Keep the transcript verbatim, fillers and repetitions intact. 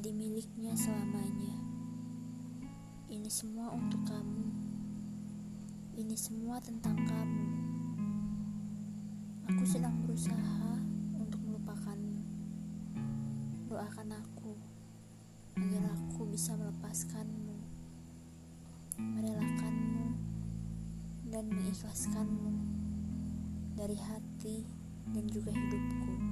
menjadi miliknya selamanya. Ini semua untuk kamu. Ini semua tentang kamu. Aku sedang berusaha untuk melupakanmu. Doakan aku agar aku bisa melepaskanmu, merelakanmu, dan mengikhlaskanmu dari hati dan juga hidupku.